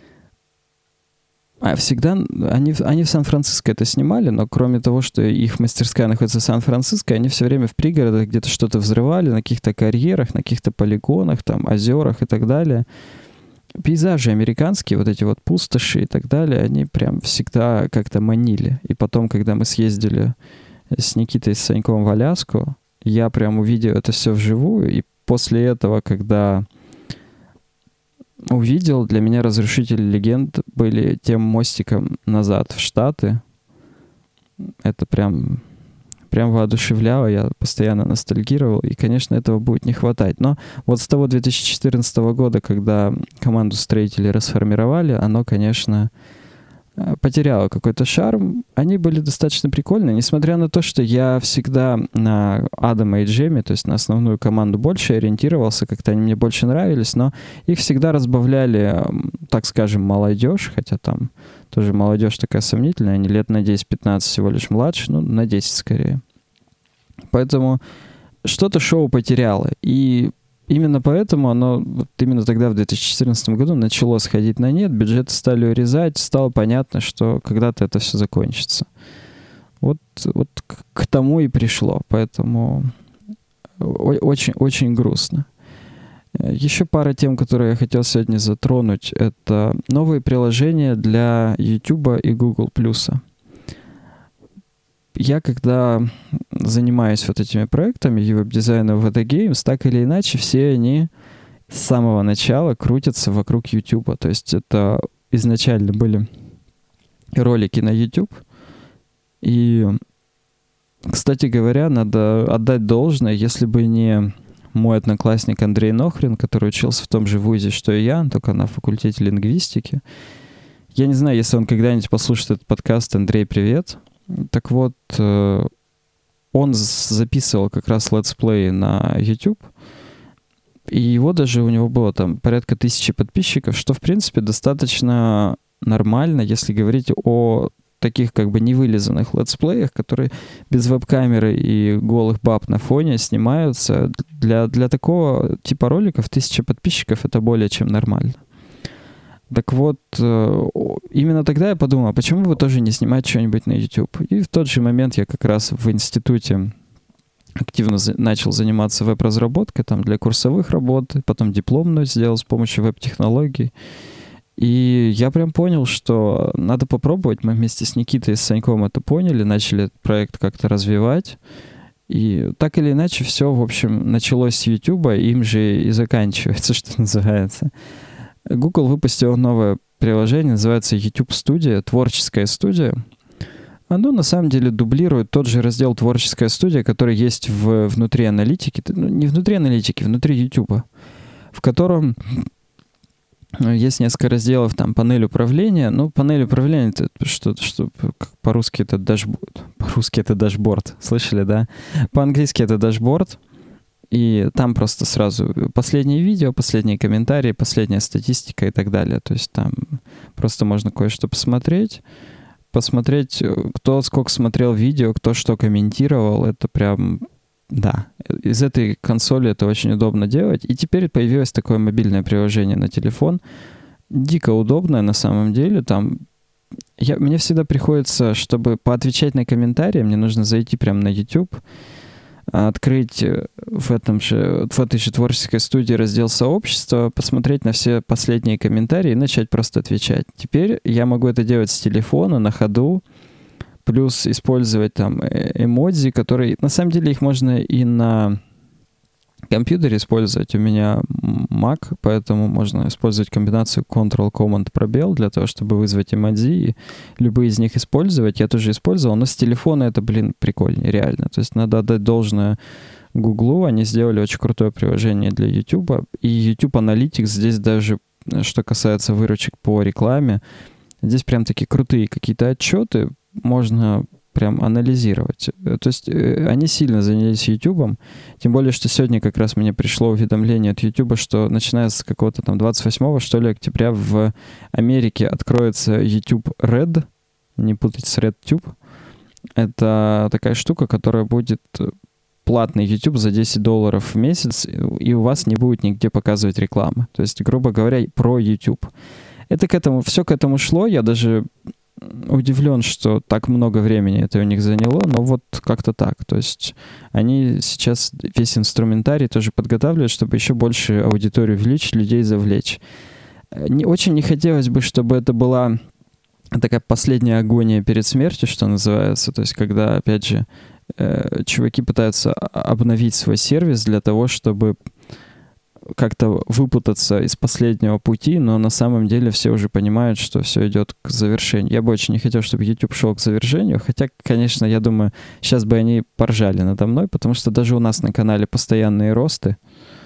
всегда они в Сан-Франциско это снимали, но кроме того, что их мастерская находится в Сан-Франциско, они все время в пригородах где-то что-то взрывали, на каких-то карьерах, на каких-то полигонах, там, озерах и так далее. Пейзажи американские, вот эти вот пустоши и так далее, они прям всегда как-то манили. И потом, когда мы съездили с Никитой и с Саньковым в Аляску, я прям увидел это все вживую, и после этого, когда увидел, для меня «Разрушители легенд» были тем мостиком назад в Штаты. Это прям воодушевляло, я постоянно ностальгировал, и, конечно, этого будет не хватать. Но вот с того 2014 года, когда команду строителей расформировали, оно, конечно, потеряло какой-то шарм. Они были достаточно прикольные, несмотря на то, что я всегда на Адама и Джейми, то есть на основную команду, больше ориентировался, как-то они мне больше нравились, но их всегда разбавляли, так скажем, молодежь, хотя там тоже молодежь такая сомнительная, они лет на 10-15 всего лишь младше, ну, на 10 скорее. Поэтому что-то шоу потеряло, и именно поэтому оно вот именно тогда, в 2014 году, начало сходить на нет, бюджеты стали урезать, стало понятно, что когда-то это все закончится. Вот к тому и пришло, поэтому очень грустно. Еще пара тем, которые я хотел сегодня затронуть, это новые приложения для YouTube и Google+. Я, когда занимаюсь вот этими проектами и веб-дизайна в VD Games, так или иначе, все они с самого начала крутятся вокруг YouTube. То есть это изначально были ролики на YouTube. И, кстати говоря, надо отдать должное, если бы не мой одноклассник Андрей Нохрин, который учился в том же вузе, что и я, только на факультете лингвистики. Я не знаю, если он когда-нибудь послушает этот подкаст. Андрей, привет. Так вот, он записывал как раз летсплей на YouTube, и его даже у него было там порядка 1000 подписчиков, что, в принципе, достаточно нормально, если говорить о таких как бы невылизанных летсплеях, которые без веб-камеры и голых баб на фоне снимаются. Для такого типа роликов 1000 подписчиков — это более чем нормально. Так вот, именно тогда я подумал, а почему бы тоже не снимать что-нибудь на YouTube? И в тот же момент я как раз в институте активно начал заниматься веб-разработкой там, для курсовых работ, потом дипломную сделал с помощью веб-технологий. И я прям понял, что надо попробовать. Мы вместе с Никитой и с Саньком это поняли, начали этот проект как-то развивать. И так или иначе все, в общем, началось с YouTube, им же и заканчивается, что называется. Google выпустил новое приложение, называется YouTube Studio, творческая студия. Оно на самом деле дублирует тот же раздел «Творческая студия», который есть внутри аналитики, ну, не внутри аналитики, внутри YouTube, в котором есть несколько разделов, там, панель управления. Ну, панель управления — это что по-русски это дашборд. По-русски это дашборд, слышали, да? По-английски это дашборд. И там просто сразу последние видео, последние комментарии, последняя статистика и так далее. То есть там просто можно кое-что посмотреть, кто сколько смотрел видео, кто что комментировал. Это прям, да, из этой консоли это очень удобно делать. И теперь появилось такое мобильное приложение на телефон. Дико удобное на самом деле. Там мне всегда приходится, чтобы поотвечать на комментарии, мне нужно зайти прямо на YouTube, открыть в этой же творческой студии раздел сообщества, посмотреть на все последние комментарии и начать просто отвечать. Теперь я могу это делать с телефона, на ходу, плюс использовать там эмодзи, которые... На самом деле их можно и на компьютере использовать. У меня Mac, поэтому можно использовать комбинацию Ctrl-Command-пробел для того, чтобы вызвать эмодзи, и любые из них использовать. Я тоже использовал, но с телефона это, прикольнее, реально. То есть надо отдать должное Гуглу. Они сделали очень крутое приложение для YouTube. И YouTube Analytics здесь даже, что касается выручек по рекламе, здесь прям такие крутые какие-то отчеты. Можно прям анализировать. То есть они сильно занялись YouTube, тем более, что сегодня как раз мне пришло уведомление от YouTube, что начиная с какого-то там 28 что ли, октября в Америке откроется YouTube Red, не путать с RedTube. Это такая штука, которая будет платный YouTube за $10 в месяц, и у вас не будет нигде показывать рекламы. То есть, грубо говоря, про YouTube. Все к этому шло, я даже удивлен, что так много времени это у них заняло, но вот как-то так. То есть они сейчас весь инструментарий тоже подготавливают, чтобы еще больше аудиторию увеличить, людей завлечь. Очень не хотелось бы, чтобы это была такая последняя агония перед смертью, что называется. То есть когда, опять же, чуваки пытаются обновить свой сервис для того, чтобы как-то выпутаться из последнего пути, но на самом деле все уже понимают, что все идет к завершению. Я бы очень не хотел, чтобы YouTube шел к завершению, хотя, конечно, я думаю, сейчас бы они поржали надо мной, потому что даже у нас на канале постоянные росты.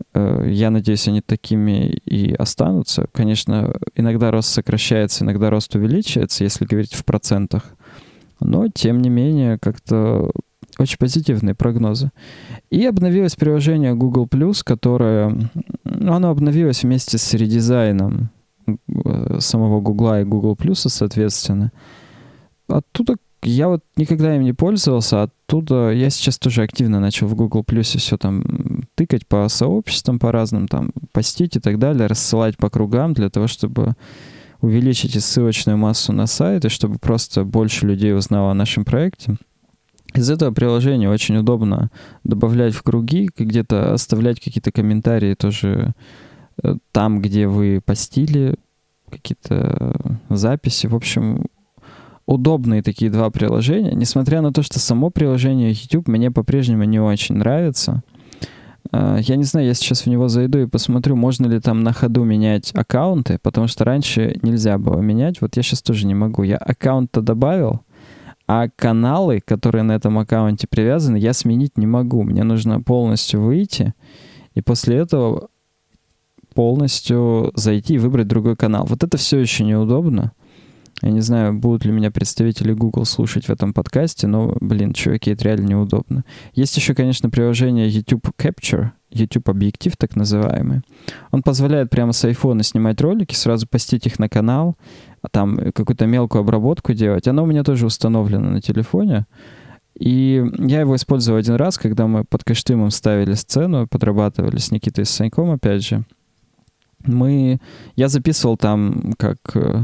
Я надеюсь, они такими и останутся. Конечно, иногда рост сокращается, иногда рост увеличивается, если говорить в процентах. Но, тем не менее, как-то очень позитивные прогнозы. И обновилось приложение Google+, которое... Оно обновилось вместе с редизайном самого Google и Google+, соответственно. Оттуда я вот никогда им не пользовался, оттуда я сейчас тоже активно начал в Google Плюсе все там тыкать по сообществам, по разным там, постить и так далее, рассылать по кругам для того, чтобы увеличить и ссылочную массу на сайт, и чтобы просто больше людей узнало о нашем проекте. Из этого приложения очень удобно добавлять в круги, где-то оставлять какие-то комментарии тоже там, где вы постили, какие-то записи. В общем, удобные такие два приложения. Несмотря на то, что само приложение YouTube мне по-прежнему не очень нравится. Я не знаю, я сейчас в него зайду и посмотрю, можно ли там на ходу менять аккаунты, потому что раньше нельзя было менять. Вот я сейчас тоже не могу. Я аккаунт-то добавил, а каналы, которые на этом аккаунте привязаны, я сменить не могу. Мне нужно полностью выйти, и после этого полностью зайти и выбрать другой канал. Вот это все еще неудобно. Я не знаю, будут ли меня представители Google слушать в этом подкасте, но, блин, чуваки, это реально неудобно. Есть еще, конечно, приложение YouTube Capture, YouTube Объектив так называемый. Он позволяет прямо с айфона снимать ролики, сразу постить их на канал, а там какую-то мелкую обработку делать. Оно у меня тоже установлено на телефоне. И я его использовал один раз, когда мы под Кыштымом ставили сцену, подрабатывали с Никитой Саньком, опять же. Я записывал там, как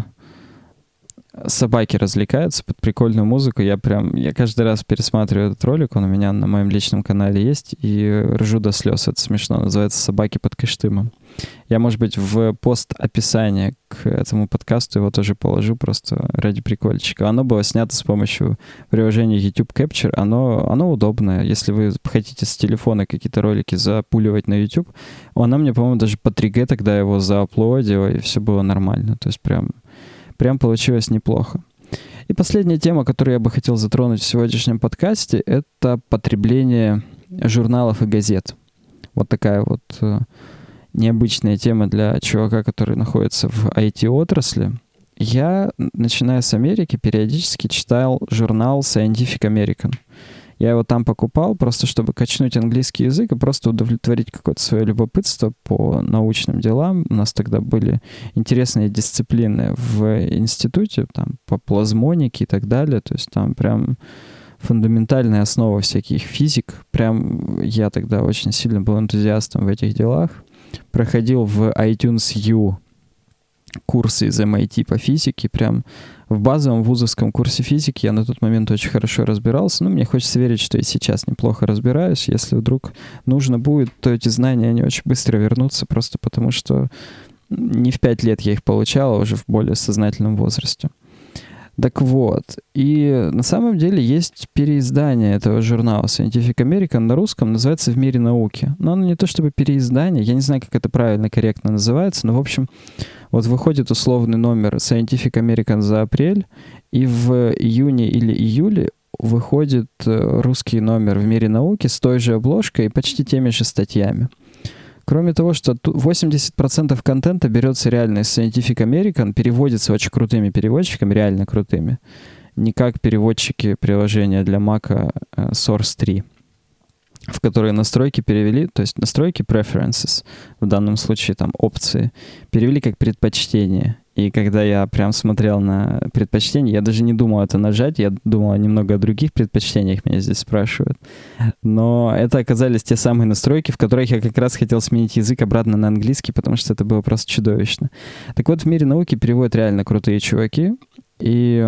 собаки развлекаются под прикольную музыку. Я каждый раз пересматриваю этот ролик, он у меня на моем личном канале есть, и ржу до слез. Это смешно. Называется «Собаки под Кыштымом». Я, может быть, в пост описания к этому подкасту его тоже положу просто ради прикольчика. Оно было снято с помощью приложения YouTube Capture. Оно удобное. Если вы хотите с телефона какие-то ролики запуливать на YouTube, оно мне, по-моему, даже по 3G тогда его зааплодило, и все было нормально. То есть прям получилось неплохо. И последняя тема, которую я бы хотел затронуть в сегодняшнем подкасте, это потребление журналов и газет. Вот такая вот необычная тема для чувака, который находится в IT-отрасли. Я, начиная с Америки, периодически читал журнал Scientific American. Я его там покупал, просто чтобы качнуть английский язык и просто удовлетворить какое-то свое любопытство по научным делам. У нас тогда были интересные дисциплины в институте, там, по плазмонике и так далее. То есть там прям фундаментальная основа всяких физик. Прям я тогда очень сильно был энтузиастом в этих делах. Проходил в iTunes U курсы из MIT по физике. Прям в базовом вузовском курсе физики я на тот момент очень хорошо разбирался. Мне хочется верить, что и сейчас неплохо разбираюсь. Если вдруг нужно будет, то эти знания, они очень быстро вернутся, просто потому что не в 5 лет я их получал, а уже в более сознательном возрасте. Так вот, и на самом деле есть переиздание этого журнала Scientific American на русском, называется «В мире науки». Но оно не то чтобы переиздание, я не знаю, как это правильно, корректно называется, но, в общем, вот выходит условный номер Scientific American за апрель, и в июне или июле выходит русский номер «В мире науки» с той же обложкой и почти теми же статьями. Кроме того, что 80% контента берется реально из Scientific American, переводится очень крутыми переводчиками, реально крутыми. Не как переводчики приложения для Mac Source 3, в которые настройки перевели, то есть настройки preferences, в данном случае там опции, перевели как предпочтение. И когда я прям смотрел на предпочтения, я даже не думал это нажать, я думал немного о других предпочтениях, меня здесь спрашивают. Но это оказались те самые настройки, в которых я как раз хотел сменить язык обратно на английский, потому что это было просто чудовищно. Так вот, в мире науки переводят реально крутые чуваки, и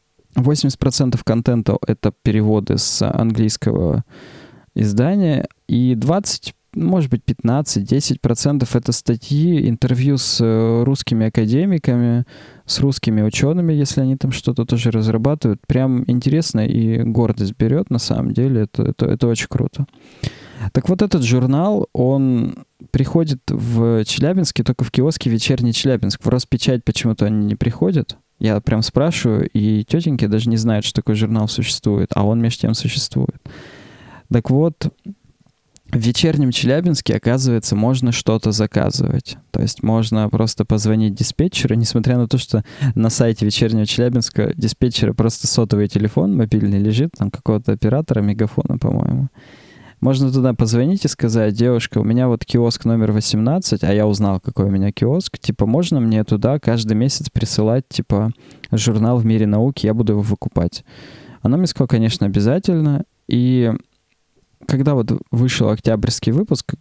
80% контента — это переводы с английского издания, и 20%, может быть, 15-10% это статьи, интервью с русскими академиками, с русскими учеными, если они там что-то тоже разрабатывают. Прям интересно и гордость берет, на самом деле. Это очень круто. Так вот, этот журнал, он приходит в Челябинске, только в киоске «Вечерний Челябинск». В Роспечать почему-то они не приходят. Я прям спрашиваю, и тетеньки даже не знают, что такой журнал существует, а он между тем существует. Так вот, в вечернем Челябинске, оказывается, можно что-то заказывать. То есть можно просто позвонить диспетчеру, несмотря на то, что на сайте вечернего Челябинска диспетчера просто сотовый телефон мобильный лежит, там какого-то оператора, Мегафона, по-моему. Можно туда позвонить и сказать: девушка, у меня вот киоск номер 18, а я узнал, какой у меня киоск, типа, можно мне туда каждый месяц присылать, типа, журнал «В мире науки», я буду его выкупать. Она мне сказала, конечно, обязательно. И когда вот вышел октябрьский выпуск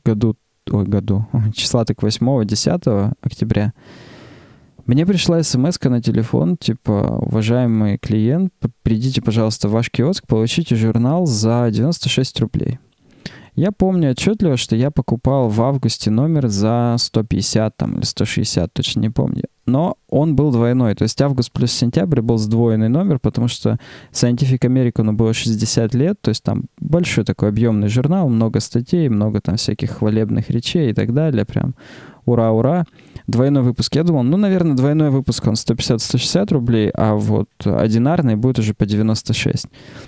числа так 8-10 октября, мне пришла смс-ка на телефон, типа: уважаемый клиент, придите, пожалуйста, в ваш киоск, получите журнал за 96 рублей. Я помню отчетливо, что я покупал в августе номер за 150 там, или 160, точно не помню. Но он был двойной, то есть август плюс сентябрь был сдвоенный номер, потому что Scientific American было 60 лет, то есть там большой такой объемный журнал, много статей, много там всяких хвалебных речей и так далее, прям ура-ура. Двойной выпуск. Я думал, наверное, двойной выпуск, он 150-160 рублей, а вот одинарный будет уже по 96.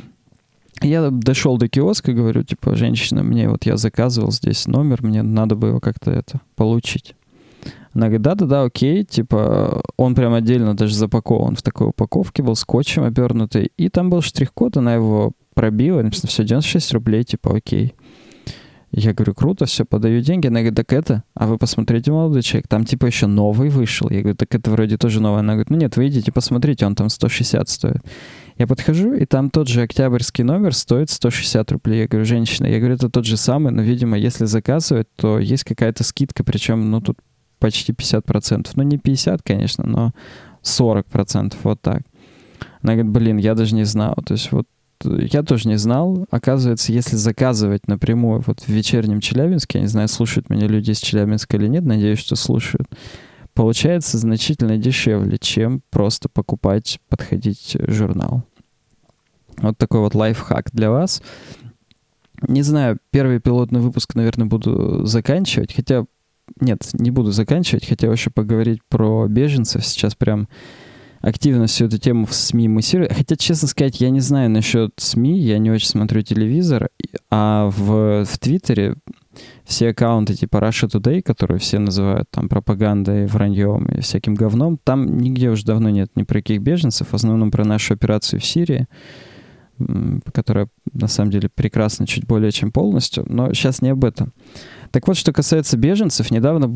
Я дошел до киоска, говорю, типа: женщина, мне вот я заказывал здесь номер, мне надо бы его как-то получить. Она говорит: да-да-да, окей, типа, он прям отдельно даже запакован в такой упаковке, был скотчем обернутый, и там был штрих-код, она его пробила, написано: все, 96 рублей, типа, окей. Я говорю: круто, все, подаю деньги. Она говорит: так а вы посмотрите, молодой человек, там типа еще новый вышел. Я говорю: так это вроде тоже новый. Она говорит: нет, вы идите, посмотрите, он там 160 стоит. Я подхожу, и там тот же октябрьский номер стоит 160 рублей. Я говорю: женщина, я говорю, это тот же самый, но, видимо, если заказывать, то есть какая-то скидка, причем, тут почти 50%. Не 50, конечно, но 40%, вот так. Она говорит: блин, я даже не знал. То есть вот я тоже не знал. Оказывается, если заказывать напрямую вот в вечернем Челябинске, я не знаю, слушают меня люди из Челябинска или нет, надеюсь, что слушают, получается значительно дешевле, чем просто покупать, подходить журнал. Вот такой вот лайфхак для вас. Не знаю, первый пилотный выпуск, наверное, буду заканчивать. Хотя, нет, не буду заканчивать. Хотел еще поговорить про беженцев. Сейчас прям активно всю эту тему в СМИ муссирую. Хотя, честно сказать, я не знаю насчет СМИ, я не очень смотрю телевизор, а в Твиттере все аккаунты типа Russia Today, которые все называют там пропагандой, враньем и всяким говном, там нигде уже давно нет ни про каких беженцев, в основном про нашу операцию в Сирии, которая на самом деле прекрасна чуть более чем полностью, но сейчас не об этом. Так вот, что касается беженцев, недавно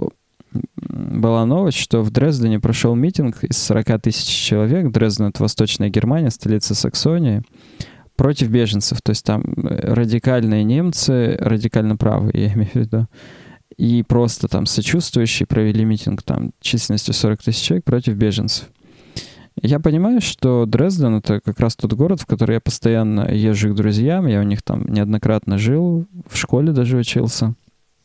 была новость, что в Дрездене прошел митинг из 40 тысяч человек. Дрезден — это Восточная Германия, столица Саксонии, против беженцев. То есть там радикальные немцы, радикально правые, я имею в виду, и просто там сочувствующие провели митинг там численностью 40 тысяч человек против беженцев. Я понимаю, что Дрезден — это как раз тот город, в который я постоянно езжу к друзьям. Я у них там неоднократно жил, в школе даже учился.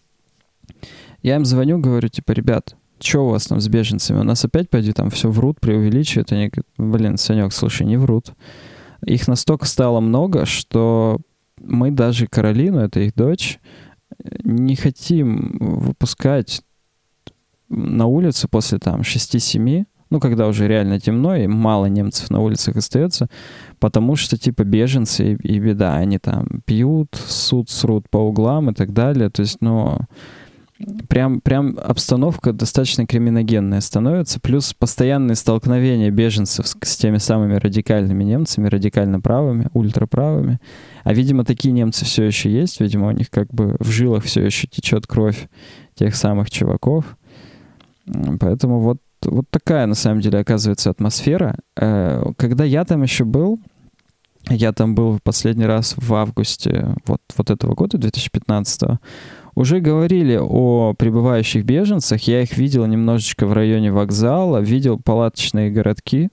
Я им звоню, говорю, типа: ребят, что у вас там с беженцами? У нас опять, пойди, там все врут, преувеличивают. Они говорят: блин, Санек, слушай, не врут. Их настолько стало много, что мы даже Каролину, это их дочь, не хотим выпускать на улицу после там 6-7, когда уже реально темно и мало немцев на улицах остается, потому что типа беженцы и беда. Они там пьют, срут по углам и так далее. То есть, прям обстановка достаточно криминогенная становится, плюс постоянные столкновения беженцев с теми самыми радикальными немцами, радикально правыми, ультраправыми. А, видимо, такие немцы все еще есть, видимо, у них как бы в жилах все еще течет кровь тех самых чуваков. Поэтому вот такая, на самом деле, оказывается атмосфера. Когда я там еще был, я там был в последний раз в августе вот этого года, 2015-го, уже говорили о прибывающих беженцах. Я их видел немножечко в районе вокзала, видел палаточные городки.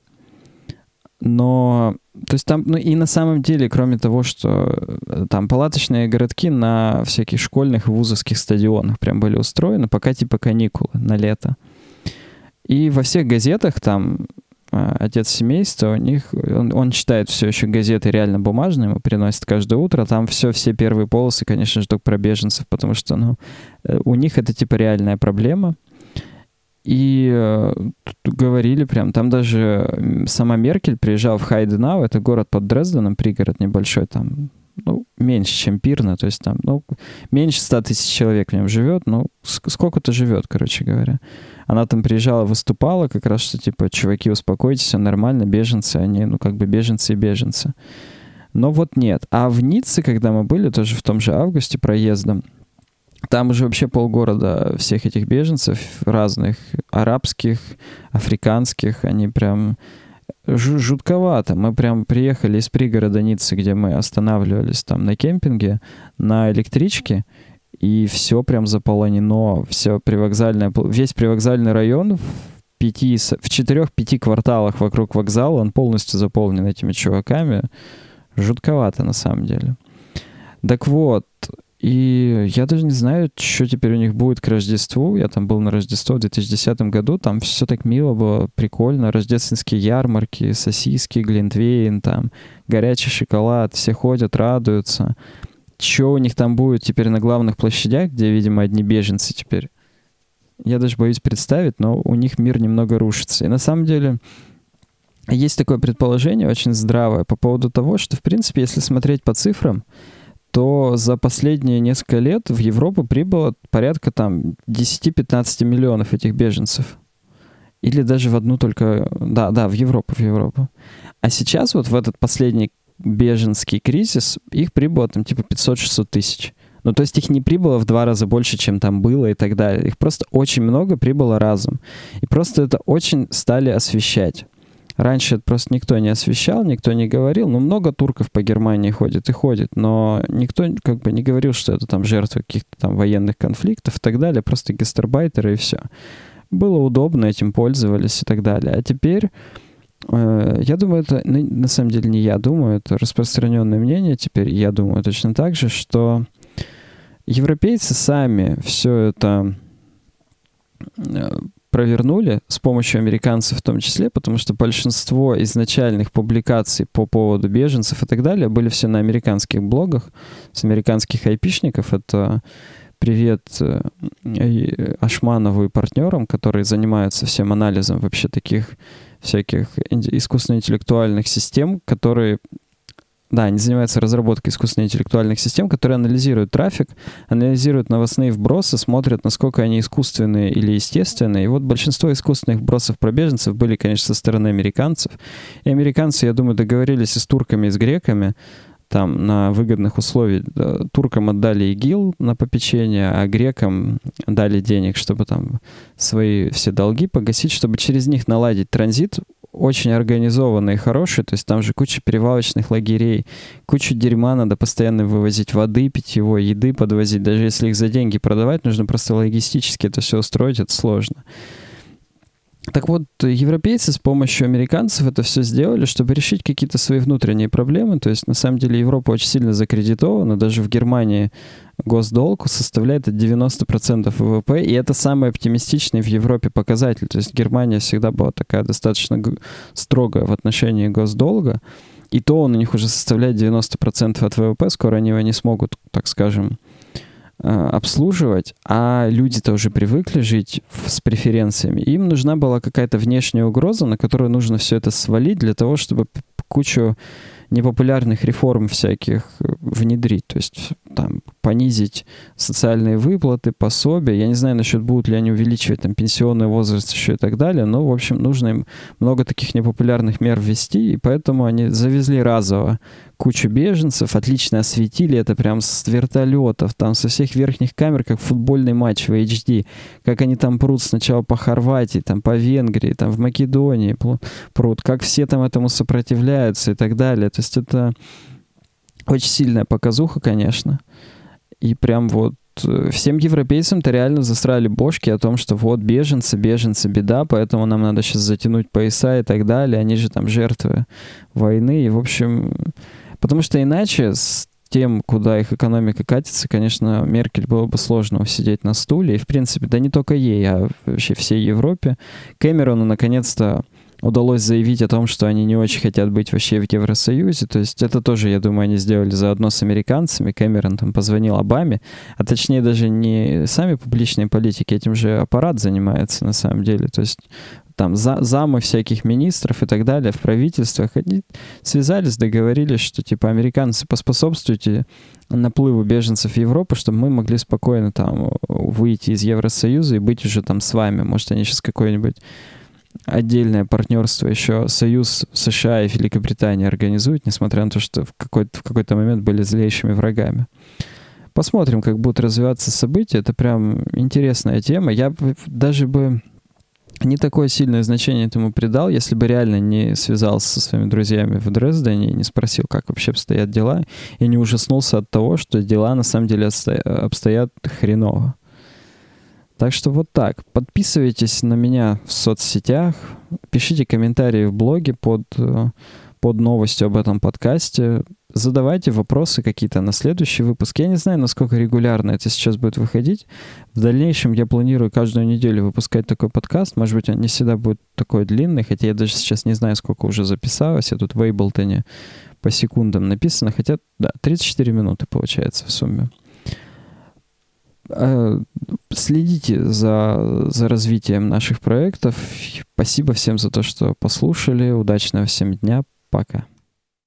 Но, то есть там, и на самом деле, кроме того, что там палаточные городки на всяких школьных и вузовских стадионах прям были устроены, пока типа каникулы на лето. И во всех газетах там отец семейства, у них, он читает все еще газеты реально бумажные, ему приносит каждое утро, там все первые полосы, конечно же, только про беженцев, потому что, у них это типа реальная проблема. И говорили прям, там даже сама Меркель приезжала в Хайденау, это город под Дрезденом, пригород небольшой, там, меньше, чем Пирна, то есть там, ну, меньше 100 тысяч человек в нем живет, ну, сколько-то живет, короче говоря. Она там приезжала, выступала, как раз, что, типа, чуваки, успокойтесь, все нормально, беженцы, они, ну, как бы беженцы и беженцы. Но вот нет. А в Ницце, когда мы были, тоже в том же августе проездом, там уже вообще полгорода всех этих беженцев разных, арабских, африканских, они прям жутковато. Мы прям приехали из пригорода Ниццы, где мы останавливались там на кемпинге, на электричке, и все прям заполонено, все привокзальное, весь привокзальный район в 4-5 кварталах вокруг вокзала, он полностью заполнен этими чуваками. Жутковато на самом деле. Так вот, и я даже не знаю, что теперь у них будет к Рождеству. Я там был на Рождество в 2010 году. Там все так мило было, прикольно. Рождественские ярмарки, сосиски, глинтвейн, там горячий шоколад. Все ходят, радуются. Что у них там будет теперь на главных площадях, где, видимо, одни беженцы теперь? Я даже боюсь представить, но у них мир немного рушится. И на самом деле есть такое предположение очень здравое по поводу того, что, в принципе, если смотреть по цифрам, то за последние несколько лет в Европу прибыло порядка там 10-15 миллионов этих беженцев. Или даже в одну только... Да, в Европу. А сейчас вот в этот последний беженский кризис их прибыло там типа 500-600 тысяч. Ну, то есть их не прибыло в 2 раза больше, чем там было и так далее. Их просто очень много прибыло разом. И просто это очень стали освещать. Раньше это просто никто не освещал, никто не говорил. Ну, много турков по Германии ходит, но никто как бы не говорил, что это там жертвы каких-то там военных конфликтов и так далее. Просто гастарбайтеры и все. Было удобно, этим пользовались и так далее. А теперь, я думаю, это на самом деле не я думаю, это распространенное мнение теперь, я думаю точно так же, что европейцы сами все это провернули с помощью американцев в том числе, потому что большинство изначальных публикаций по поводу беженцев и так далее были все на американских блогах, с американских айпишников. Это привет Ашманову и партнерам, которые занимаются всем анализом вообще таких всяких искусственно-интеллектуальных систем, которые... Да, они занимаются разработкой искусственно-интеллектуальных систем, которые анализируют трафик, анализируют новостные вбросы, смотрят, насколько они искусственные или естественные. И вот большинство искусственных вбросов про беженцев были, конечно, со стороны американцев. И американцы, я думаю, договорились и с турками, и с греками, там на выгодных условиях. Туркам отдали ИГИЛ на попечение, а грекам дали денег, чтобы там свои все долги погасить, чтобы через них наладить транзит очень организованный и хороший, то есть там же куча перевалочных лагерей, кучу дерьма надо постоянно вывозить, воды питьевой, еды подвозить, даже если их за деньги продавать, нужно просто логистически это все устроить, это сложно. Так вот, европейцы с помощью американцев это все сделали, чтобы решить какие-то свои внутренние проблемы. То есть, на самом деле, Европа очень сильно закредитована. Даже в Германии госдолг составляет 90% ВВП, и это самый оптимистичный в Европе показатель. То есть Германия всегда была такая достаточно строгая в отношении госдолга, и то он у них уже составляет 90% от ВВП. Скоро они его не смогут, так скажем, обслуживать, а люди-то уже привыкли жить с преференциями. Им нужна была какая-то внешняя угроза, на которую нужно все это свалить для того, чтобы кучу непопулярных реформ всяких внедрить. То есть там понизить социальные выплаты, пособия. Я не знаю насчет, будут ли они увеличивать там пенсионный возраст еще и так далее, но, в общем, нужно им много таких непопулярных мер ввести, и поэтому они завезли разово кучу беженцев, отлично осветили это прям с вертолетов, там со всех верхних камер, как футбольный матч в HD, как они там прут сначала по Хорватии, там по Венгрии, там в Македонии прут, как все там этому сопротивляются и так далее. То есть это очень сильная показуха, конечно. И прям вот всем европейцам-то реально засрали бошки о том, что вот беженцы, беда, поэтому нам надо сейчас затянуть пояса и так далее. Они же там жертвы войны. И, в общем, потому что иначе с тем, куда их экономика катится, конечно, Меркель было бы сложно усидеть на стуле. И, в принципе, да не только ей, а вообще всей Европе. Кэмерону, наконец-то, удалось заявить о том, что они не очень хотят быть вообще в Евросоюзе. То есть это тоже, я думаю, они сделали заодно с американцами. Кэмерон там позвонил Обаме, а точнее даже не сами публичные политики, этим же аппарат занимается на самом деле. То есть там замы всяких министров и так далее в правительствах, они связались, договорились, что типа американцы поспособствуйте наплыву беженцев в Европу, чтобы мы могли спокойно там выйти из Евросоюза и быть уже там с вами. Может, они сейчас какое-нибудь отдельное партнерство еще Союз США и Великобритании организуют, несмотря на то, что в какой-то момент были злейшими врагами. Посмотрим, как будут развиваться события. Это прям интересная тема. Я даже бы не такое сильное значение этому придал, если бы реально не связался со своими друзьями в Дрездене и не спросил, как вообще обстоят дела, и не ужаснулся от того, что дела на самом деле обстоят хреново. Так что вот так. Подписывайтесь на меня в соцсетях, пишите комментарии в блоге под новостью об этом подкасте, задавайте вопросы какие-то на следующий выпуск. Я не знаю, насколько регулярно это сейчас будет выходить. В дальнейшем я планирую каждую неделю выпускать такой подкаст. Может быть, он не всегда будет такой длинный, хотя я даже сейчас не знаю, сколько уже записалось. Я тут в Ableton по секундам написано, хотя, да, 34 минуты получается в сумме. Следите за развитием наших проектов. Спасибо всем за то, что послушали. Удачного всем дня. Пока.